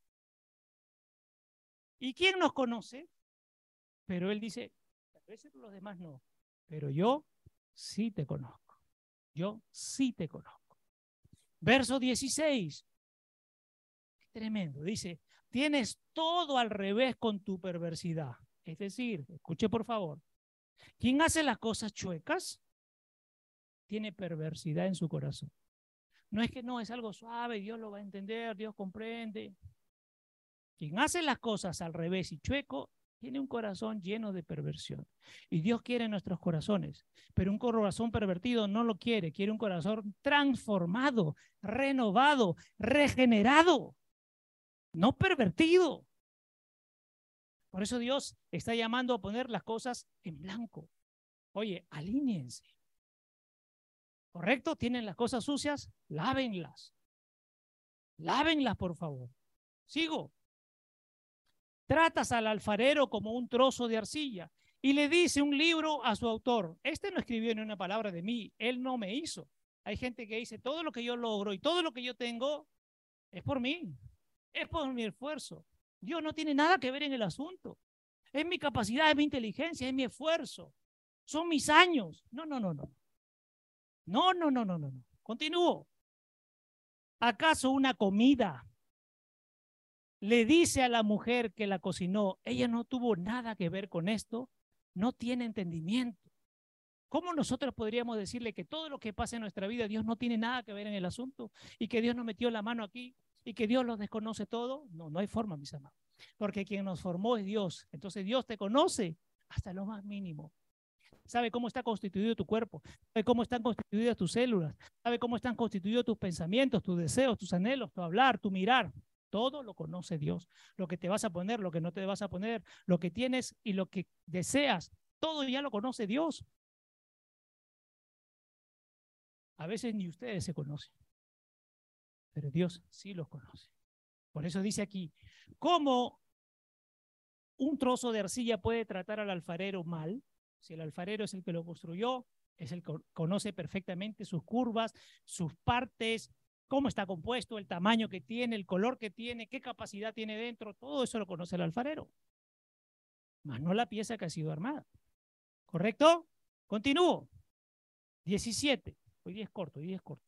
[SPEAKER 1] ¿Y quién nos conoce? Pero Él dice, a veces los demás no, pero yo sí te conozco. Yo sí te conozco. Verso 16. Tremendo. Dice, tienes todo al revés con tu perversidad. Es decir, escuche por favor, quien hace las cosas chuecas tiene perversidad en su corazón. No es que no, es algo suave, Dios lo va a entender, Dios comprende. Quien hace las cosas al revés y chueco tiene un corazón lleno de perversión. Y Dios quiere nuestros corazones, pero un corazón pervertido no lo quiere, quiere un corazón transformado, renovado, regenerado, no pervertido. Por eso Dios está llamando a poner las cosas en blanco. Oye, alíñense. ¿Correcto? ¿Tienen las cosas sucias? Lávenlas. Lávenlas, por favor. Sigo. Tratas al alfarero como un trozo de arcilla y le dice un libro a su autor. Este no escribió ni una palabra de mí, él no me hizo. Hay gente que dice, todo lo que yo logro y todo lo que yo tengo es por mí, es por mi esfuerzo. Dios no tiene nada que ver en el asunto. Es mi capacidad, es mi inteligencia, es mi esfuerzo. Son mis años. No, no, no, no. No, no, no, no, no. Continúo. ¿Acaso una comida le dice a la mujer que la cocinó, ella no tuvo nada que ver con esto, no tiene entendimiento? ¿Cómo nosotros podríamos decirle que todo lo que pasa en nuestra vida, Dios no tiene nada que ver en el asunto y que Dios nos metió la mano aquí y que Dios lo desconoce todo? No, no hay forma, mis amados. Porque quien nos formó es Dios. Entonces Dios te conoce hasta lo más mínimo. Sabe cómo está constituido tu cuerpo, sabe cómo están constituidas tus células, sabe cómo están constituidos tus pensamientos, tus deseos, tus anhelos, tu hablar, tu mirar. Todo lo conoce Dios. Lo que te vas a poner, lo que no te vas a poner, lo que tienes y lo que deseas, todo ya lo conoce Dios. A veces ni ustedes se conocen, pero Dios sí los conoce. Por eso dice aquí, ¿cómo un trozo de arcilla puede tratar al alfarero mal? Si el alfarero es el que lo construyó, es el que conoce perfectamente sus curvas, sus partes, cómo está compuesto, el tamaño que tiene, el color que tiene, qué capacidad tiene dentro, todo eso lo conoce el alfarero, más no la pieza que ha sido armada. ¿Correcto? Continúo. 17. Hoy día es corto, hoy día es corto.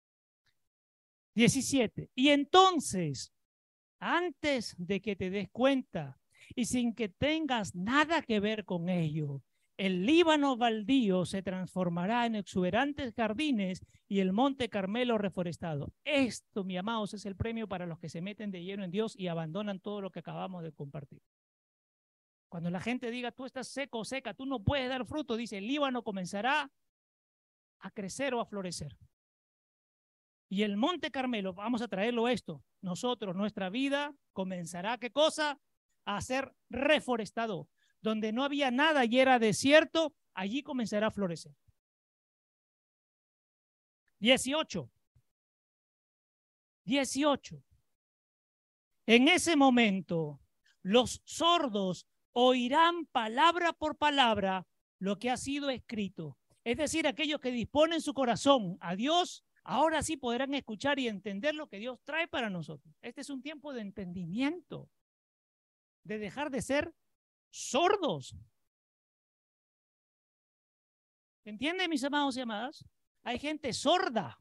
[SPEAKER 1] 17. Y entonces, antes de que te des cuenta y sin que tengas nada que ver con ello, el Líbano baldío se transformará en exuberantes jardines y el monte Carmelo reforestado. Esto, mi amados, es el premio para los que se meten de lleno en Dios y abandonan todo lo que acabamos de compartir. Cuando la gente diga, tú estás seco o seca, tú no puedes dar fruto, dice, el Líbano comenzará a crecer o a florecer. Y el monte Carmelo, vamos a traerlo esto, nosotros, nuestra vida comenzará, ¿qué cosa? A ser reforestado. Donde no había nada y era desierto, allí comenzará a florecer. 18. 18. En ese momento, los sordos oirán palabra por palabra lo que ha sido escrito. Es decir, aquellos que disponen su corazón a Dios, ahora sí podrán escuchar y entender lo que Dios trae para nosotros. Este es un tiempo de entendimiento, de dejar de ser sordos. ¿Entienden, mis amados y amadas? Hay gente sorda.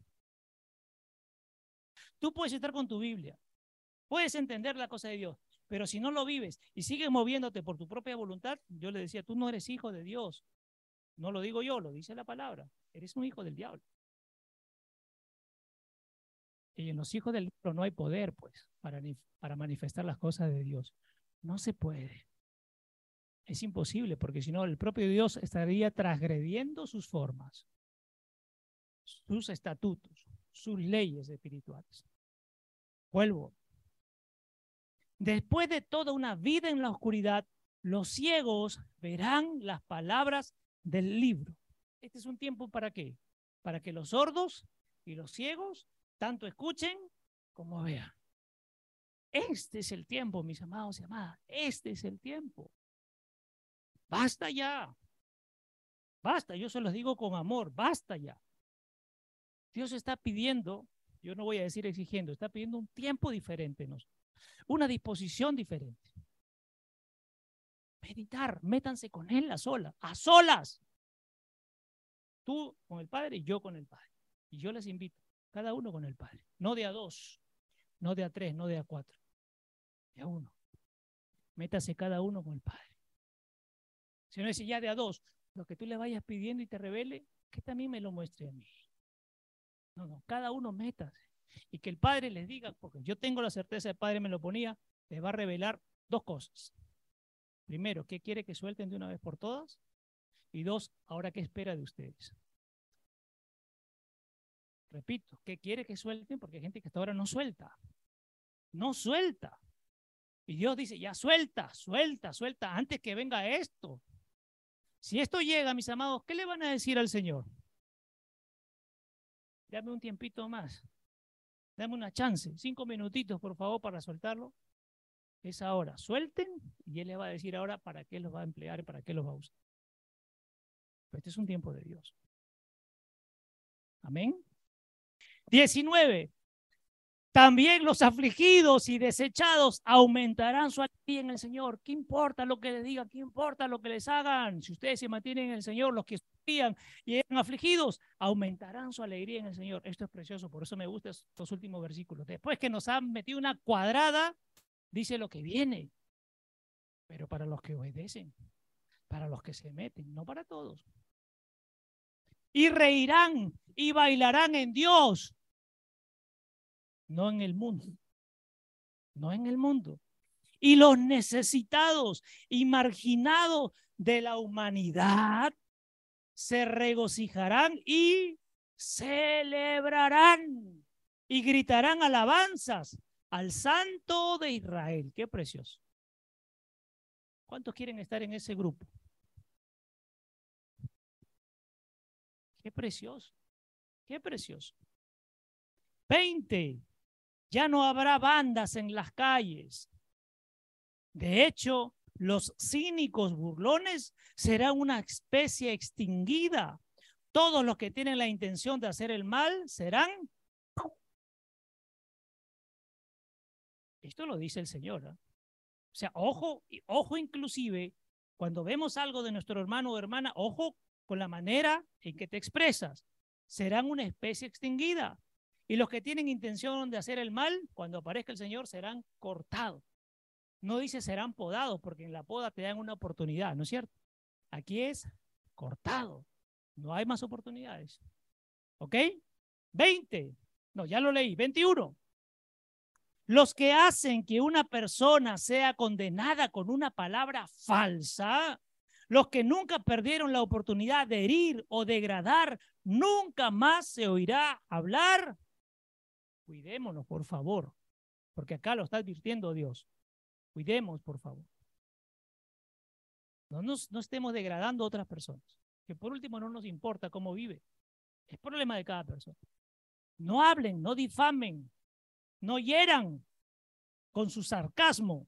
[SPEAKER 1] Tú puedes estar con tu Biblia, puedes entender la cosa de Dios, pero si no lo vives y sigues moviéndote por tu propia voluntad, yo le decía, tú no eres hijo de Dios. No lo digo yo, lo dice la palabra. Eres un hijo del diablo. Y en los hijos del diablo no hay poder, pues, para manifestar las cosas de Dios. No se puede. Es imposible, porque si no, el propio Dios estaría transgrediendo sus formas, sus estatutos, sus leyes espirituales. Vuelvo. Después de toda una vida en la oscuridad, los ciegos verán las palabras del libro. Este es un tiempo ¿para qué? Para que los sordos y los ciegos tanto escuchen como vean. Este es el tiempo, mis amados y amadas. Este es el tiempo. Basta ya. Basta, yo se los digo con amor, basta ya. Dios está pidiendo, yo no voy a decir exigiendo, está pidiendo un tiempo diferente, una disposición diferente. Meditar, métanse con Él a solas, a solas. Tú con el Padre y yo con el Padre. Y yo les invito, cada uno con el Padre. No de a dos, no de a tres, no de a cuatro. De a uno. Métase cada uno con el Padre. Si no es ya de a dos, lo que tú le vayas pidiendo y te revele, que también me lo muestre a mí. No, no, cada uno métase. Y que el Padre les diga, porque yo tengo la certeza, el Padre me lo ponía, les va a revelar dos cosas. Primero, ¿qué quiere que suelten de una vez por todas? Y dos, ahora qué espera de ustedes. Repito, ¿qué quiere que suelten? Porque hay gente que hasta ahora no suelta. No suelta. Y Dios dice, ya suelta, suelta, suelta, antes que venga esto. Si esto llega, mis amados, ¿qué le van a decir al Señor? Dame un tiempito más. Dame una chance, 5 minutitos, por favor, para soltarlo. Es ahora, suelten y Él les va a decir ahora para qué los va a emplear y para qué los va a usar. Pero este es un tiempo de Dios. Amén. 19. También los afligidos y desechados aumentarán su alegría en el Señor. ¿Qué importa lo que les digan? ¿Qué importa lo que les hagan? Si ustedes se mantienen en el Señor, los que sufrían y eran afligidos, aumentarán su alegría en el Señor. Esto es precioso, por eso me gustan estos últimos versículos. Después que nos han metido una cuadrada, dice lo que viene. Pero para los que obedecen, para los que se meten, no para todos. Y reirán y bailarán en Dios. No en el mundo, no en el mundo. Y los necesitados y marginados de la humanidad se regocijarán y celebrarán y gritarán alabanzas al Santo de Israel. Qué precioso. ¿Cuántos quieren estar en ese grupo? Qué precioso, qué precioso. 20. Ya no habrá bandas en las calles. De hecho, los cínicos burlones serán una especie extinguida. Todos los que tienen la intención de hacer el mal serán. Esto lo dice el Señor. O sea, ojo, ojo inclusive, cuando vemos algo de nuestro hermano o hermana, ojo con la manera en que te expresas. Serán una especie extinguida. Y los que tienen intención de hacer el mal, cuando aparezca el Señor, serán cortados. No dice serán podados, porque en la poda te dan una oportunidad, ¿no es cierto? Aquí es cortado. No hay más oportunidades. ¿Ok? 20. No, ya lo leí. 21. Los que hacen que una persona sea condenada con una palabra falsa, los que nunca perdieron la oportunidad de herir o degradar, nunca más se oirá hablar. Cuidémonos, por favor, porque acá lo está advirtiendo Dios. Cuidemos, por favor. No estemos degradando a otras personas, que por último no nos importa cómo vive. Es problema de cada persona. No hablen, no difamen, no hieran con su sarcasmo.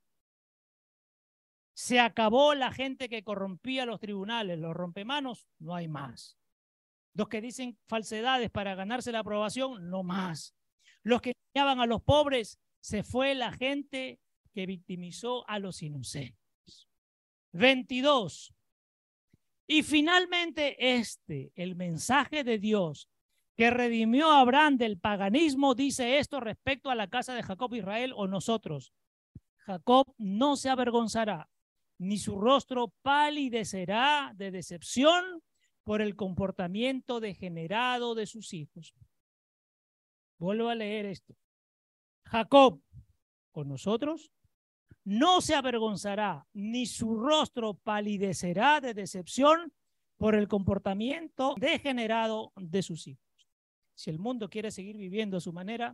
[SPEAKER 1] Se acabó la gente que corrompía los tribunales, los rompemanos, no hay más. Los que dicen falsedades para ganarse la aprobación, no más. Los que engañaban a los pobres, se fue la gente que victimizó a los inocentes. 22. Y finalmente el mensaje de Dios que redimió a Abraham del paganismo, dice esto respecto a la casa de Jacob, Israel o nosotros. Jacob no se avergonzará, ni su rostro palidecerá de decepción por el comportamiento degenerado de sus hijos. Vuelvo a leer esto. Jacob, con nosotros, no se avergonzará, ni su rostro palidecerá de decepción por el comportamiento degenerado de sus hijos. Si el mundo quiere seguir viviendo a su manera,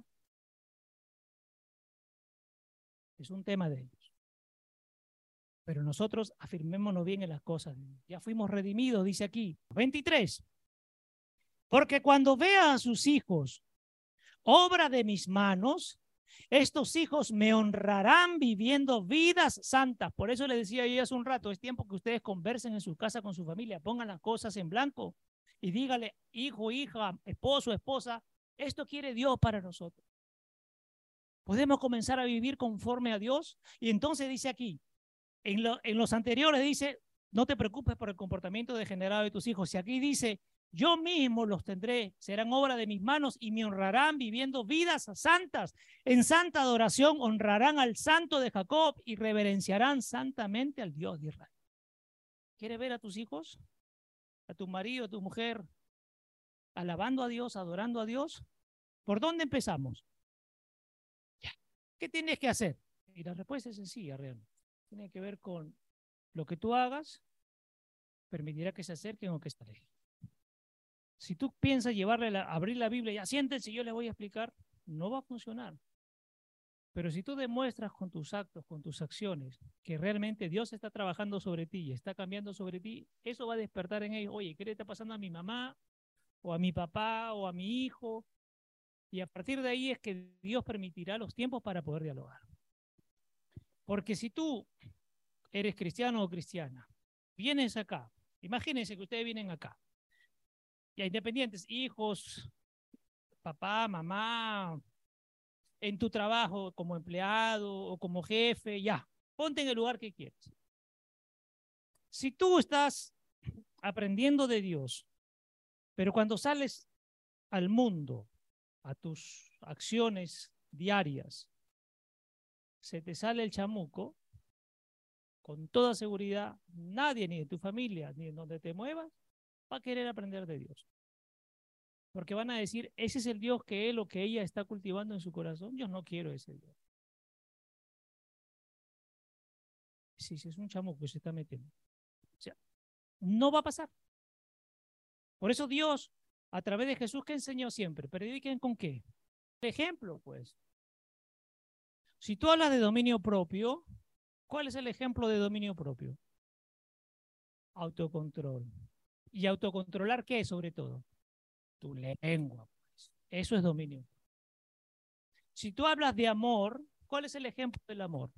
[SPEAKER 1] es un tema de ellos. Pero nosotros afirmémonos bien en las cosas. Ya fuimos redimidos, dice aquí. 23. Porque cuando vea a sus hijos, obra de mis manos, estos hijos me honrarán viviendo vidas santas. Por eso les decía yo hace un rato, es tiempo que ustedes conversen en su casa con su familia, pongan las cosas en blanco y dígale, hijo, hija, esposo, esposa, esto quiere Dios para nosotros. Podemos comenzar a vivir conforme a Dios. Y entonces dice aquí, en los anteriores dice, no te preocupes por el comportamiento degenerado de tus hijos. Y aquí dice, yo mismo los tendré, serán obra de mis manos y me honrarán viviendo vidas santas. En santa adoración honrarán al santo de Jacob y reverenciarán santamente al Dios de Israel. ¿Quieres ver a tus hijos, a tu marido, a tu mujer, alabando a Dios, adorando a Dios? ¿Por dónde empezamos? ¿Qué tienes que hacer? Y la respuesta es sencilla, realmente. Tiene que ver con lo que tú hagas, permitirá que se acerquen o que se alejen. Si tú piensas abrir la Biblia y siéntense, yo les voy a explicar, no va a funcionar. Pero si tú demuestras con tus actos, con tus acciones, que realmente Dios está trabajando sobre ti y está cambiando sobre ti, eso va a despertar en ellos, oye, ¿qué le está pasando a mi mamá, o a mi papá, o a mi hijo? Y a partir de ahí es que Dios permitirá los tiempos para poder dialogar. Porque si tú eres cristiano o cristiana, vienes acá, imagínense que ustedes vienen acá, ya independientes, hijos, papá, mamá, en tu trabajo como empleado o como jefe, ya, ponte en el lugar que quieras. Si tú estás aprendiendo de Dios, pero cuando sales al mundo, a tus acciones diarias, se te sale el chamuco, con toda seguridad, nadie, ni de tu familia, ni en donde te muevas, va a querer aprender de Dios. Porque van a decir, ese es el Dios que él o que ella está cultivando en su corazón. Yo no quiero ese Dios. Sí, es un chamuco que se está metiendo. O sea, no va a pasar. Por eso Dios, a través de Jesús, que enseñó siempre, prediquen con qué. El ejemplo, pues. Si tú hablas de dominio propio, ¿cuál es el ejemplo de dominio propio? Autocontrol. ¿Y autocontrolar qué, sobre todo? Tu lengua, pues. Eso es dominio. Si tú hablas de amor, ¿cuál es el ejemplo del amor?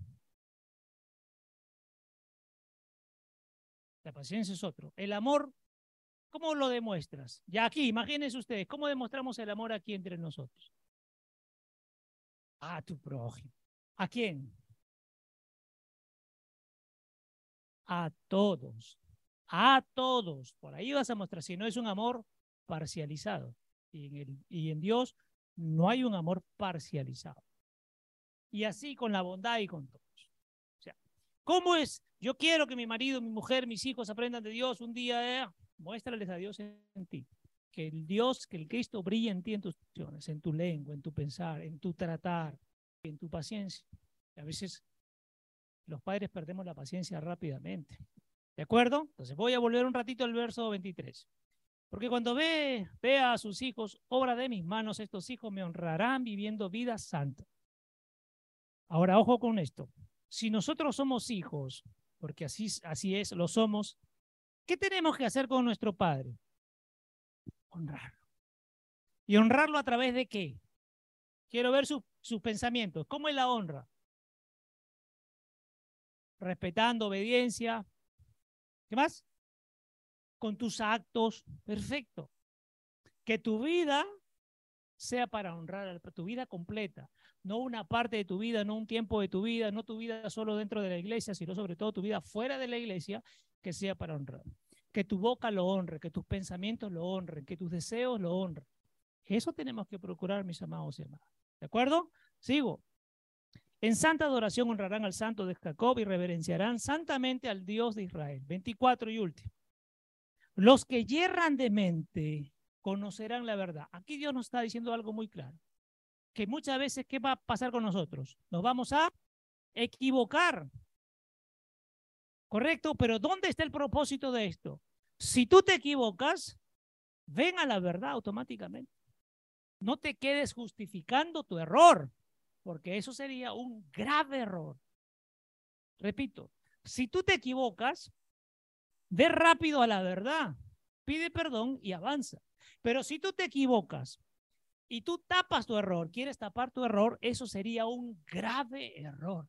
[SPEAKER 1] La paciencia es otro. El amor, ¿cómo lo demuestras? Ya aquí, imagínense ustedes, ¿cómo demostramos el amor aquí entre nosotros? A tu prójimo. ¿A quién? A todos. A todos. Por ahí vas a mostrar, si no es un amor parcializado. Y en Dios no hay un amor parcializado. Y así con la bondad y con todos. O sea, ¿cómo es? Yo quiero que mi marido, mi mujer, mis hijos aprendan de Dios un día. Muéstrales a Dios en ti. Que el Dios, que el Cristo brille en ti, en tus acciones, en tu lengua, en tu pensar, en tu tratar, en tu paciencia. Y a veces los padres perdemos la paciencia rápidamente. ¿De acuerdo? Entonces voy a volver un ratito al verso 23. Porque cuando ve a sus hijos, obra de mis manos, estos hijos me honrarán viviendo vida santa. Ahora, ojo con esto. Si nosotros somos hijos, porque así es, lo somos, ¿qué tenemos que hacer con nuestro padre? Honrarlo. ¿Y honrarlo a través de qué? Quiero ver sus pensamientos. ¿Cómo es la honra? Respetando, obediencia. ¿Qué más? Con tus actos. Perfecto. Que tu vida sea para honrar, tu vida completa. No una parte de tu vida, no un tiempo de tu vida, no tu vida solo dentro de la iglesia, sino sobre todo tu vida fuera de la iglesia, que sea para honrar. Que tu boca lo honre, que tus pensamientos lo honren, que tus deseos lo honren. Eso tenemos que procurar, mis amados y amadas. ¿De acuerdo? Sigo. En santa adoración honrarán al santo de Jacob y reverenciarán santamente al Dios de Israel. 24 y último. Los que yerran de mente conocerán la verdad. Aquí Dios nos está diciendo algo muy claro. Que muchas veces, ¿qué va a pasar con nosotros? Nos vamos a equivocar. ¿Correcto? Pero ¿dónde está el propósito de esto? Si tú te equivocas, ven a la verdad automáticamente. No te quedes justificando tu error, porque eso sería un grave error. Repito, si tú te equivocas, ve rápido a la verdad, pide perdón y avanza. Pero si tú te equivocas y tú tapas tu error, quieres tapar tu error, eso sería un grave error.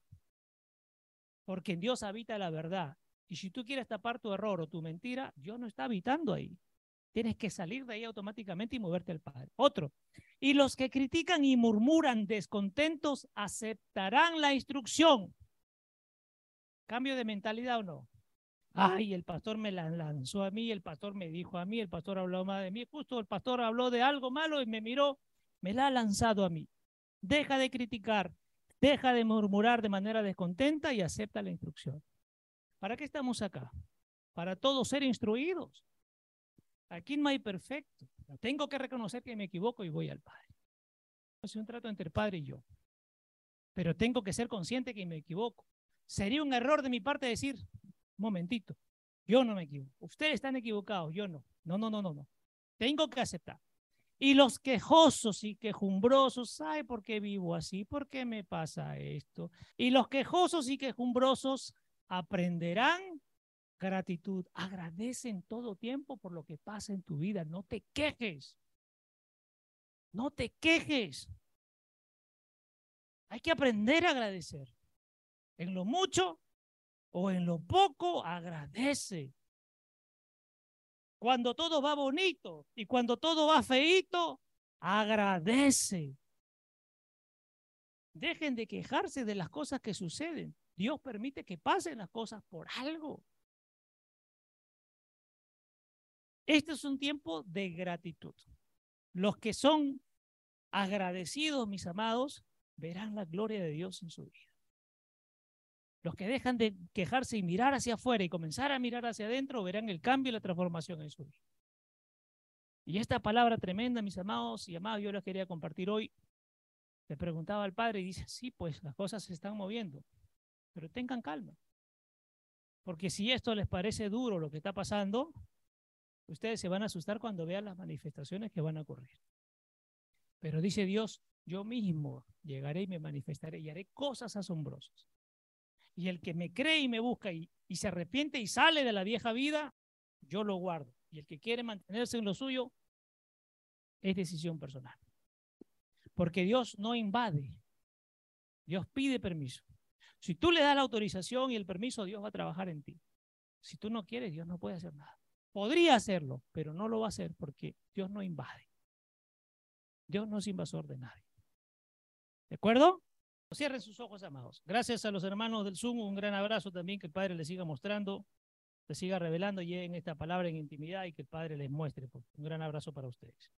[SPEAKER 1] Porque en Dios habita la verdad. Y si tú quieres tapar tu error o tu mentira, Dios no está habitando ahí. Tienes que salir de ahí automáticamente y moverte al Padre. Otro. Y los que critican y murmuran descontentos aceptarán la instrucción. ¿Cambio de mentalidad o no? Ay, el pastor me la lanzó a mí, el pastor me dijo a mí, el pastor habló mal de mí. Justo el pastor habló de algo malo y me miró, me la ha lanzado a mí. Deja de criticar, deja de murmurar de manera descontenta y acepta la instrucción. ¿Para qué estamos acá? Para todos ser instruidos. Aquí no hay perfecto. Tengo que reconocer que me equivoco y voy al Padre. Es un trato entre Padre y yo. Pero tengo que ser consciente que me equivoco. Sería un error de mi parte decir, un momentito, yo no me equivoco. Ustedes están equivocados, yo no. No. Tengo que aceptar. Y los quejosos y quejumbrosos, ¿sabe por qué vivo así? ¿Por qué me pasa esto? Y los quejosos y quejumbrosos aprenderán gratitud. Agradece en todo tiempo por lo que pasa en tu vida. No te quejes. No te quejes. Hay que aprender a agradecer. En lo mucho o en lo poco, agradece. Cuando todo va bonito y cuando todo va feíto, agradece. Dejen de quejarse de las cosas que suceden. Dios permite que pasen las cosas por algo. Este es un tiempo de gratitud. Los que son agradecidos, mis amados, verán la gloria de Dios en su vida. Los que dejan de quejarse y mirar hacia afuera y comenzar a mirar hacia adentro, verán el cambio y la transformación en su vida. Y esta palabra tremenda, mis amados y amadas, yo la quería compartir hoy. Le preguntaba al Padre y dice, sí, pues las cosas se están moviendo, pero tengan calma. Porque si esto les parece duro lo que está pasando, ustedes se van a asustar cuando vean las manifestaciones que van a ocurrir. Pero dice Dios, yo mismo llegaré y me manifestaré y haré cosas asombrosas. Y el que me cree y me busca y se arrepiente y sale de la vieja vida, yo lo guardo. Y el que quiere mantenerse en lo suyo, es decisión personal. Porque Dios no invade, Dios pide permiso. Si tú le das la autorización y el permiso, Dios va a trabajar en ti. Si tú no quieres, Dios no puede hacer nada. Podría hacerlo, pero no lo va a hacer porque Dios no invade. Dios no es invasor de nadie. ¿De acuerdo? Cierren sus ojos, amados. Gracias a los hermanos del Zoom. Un gran abrazo también. Que el Padre les siga mostrando, les siga revelando y en esta palabra en intimidad y que el Padre les muestre. Un gran abrazo para ustedes.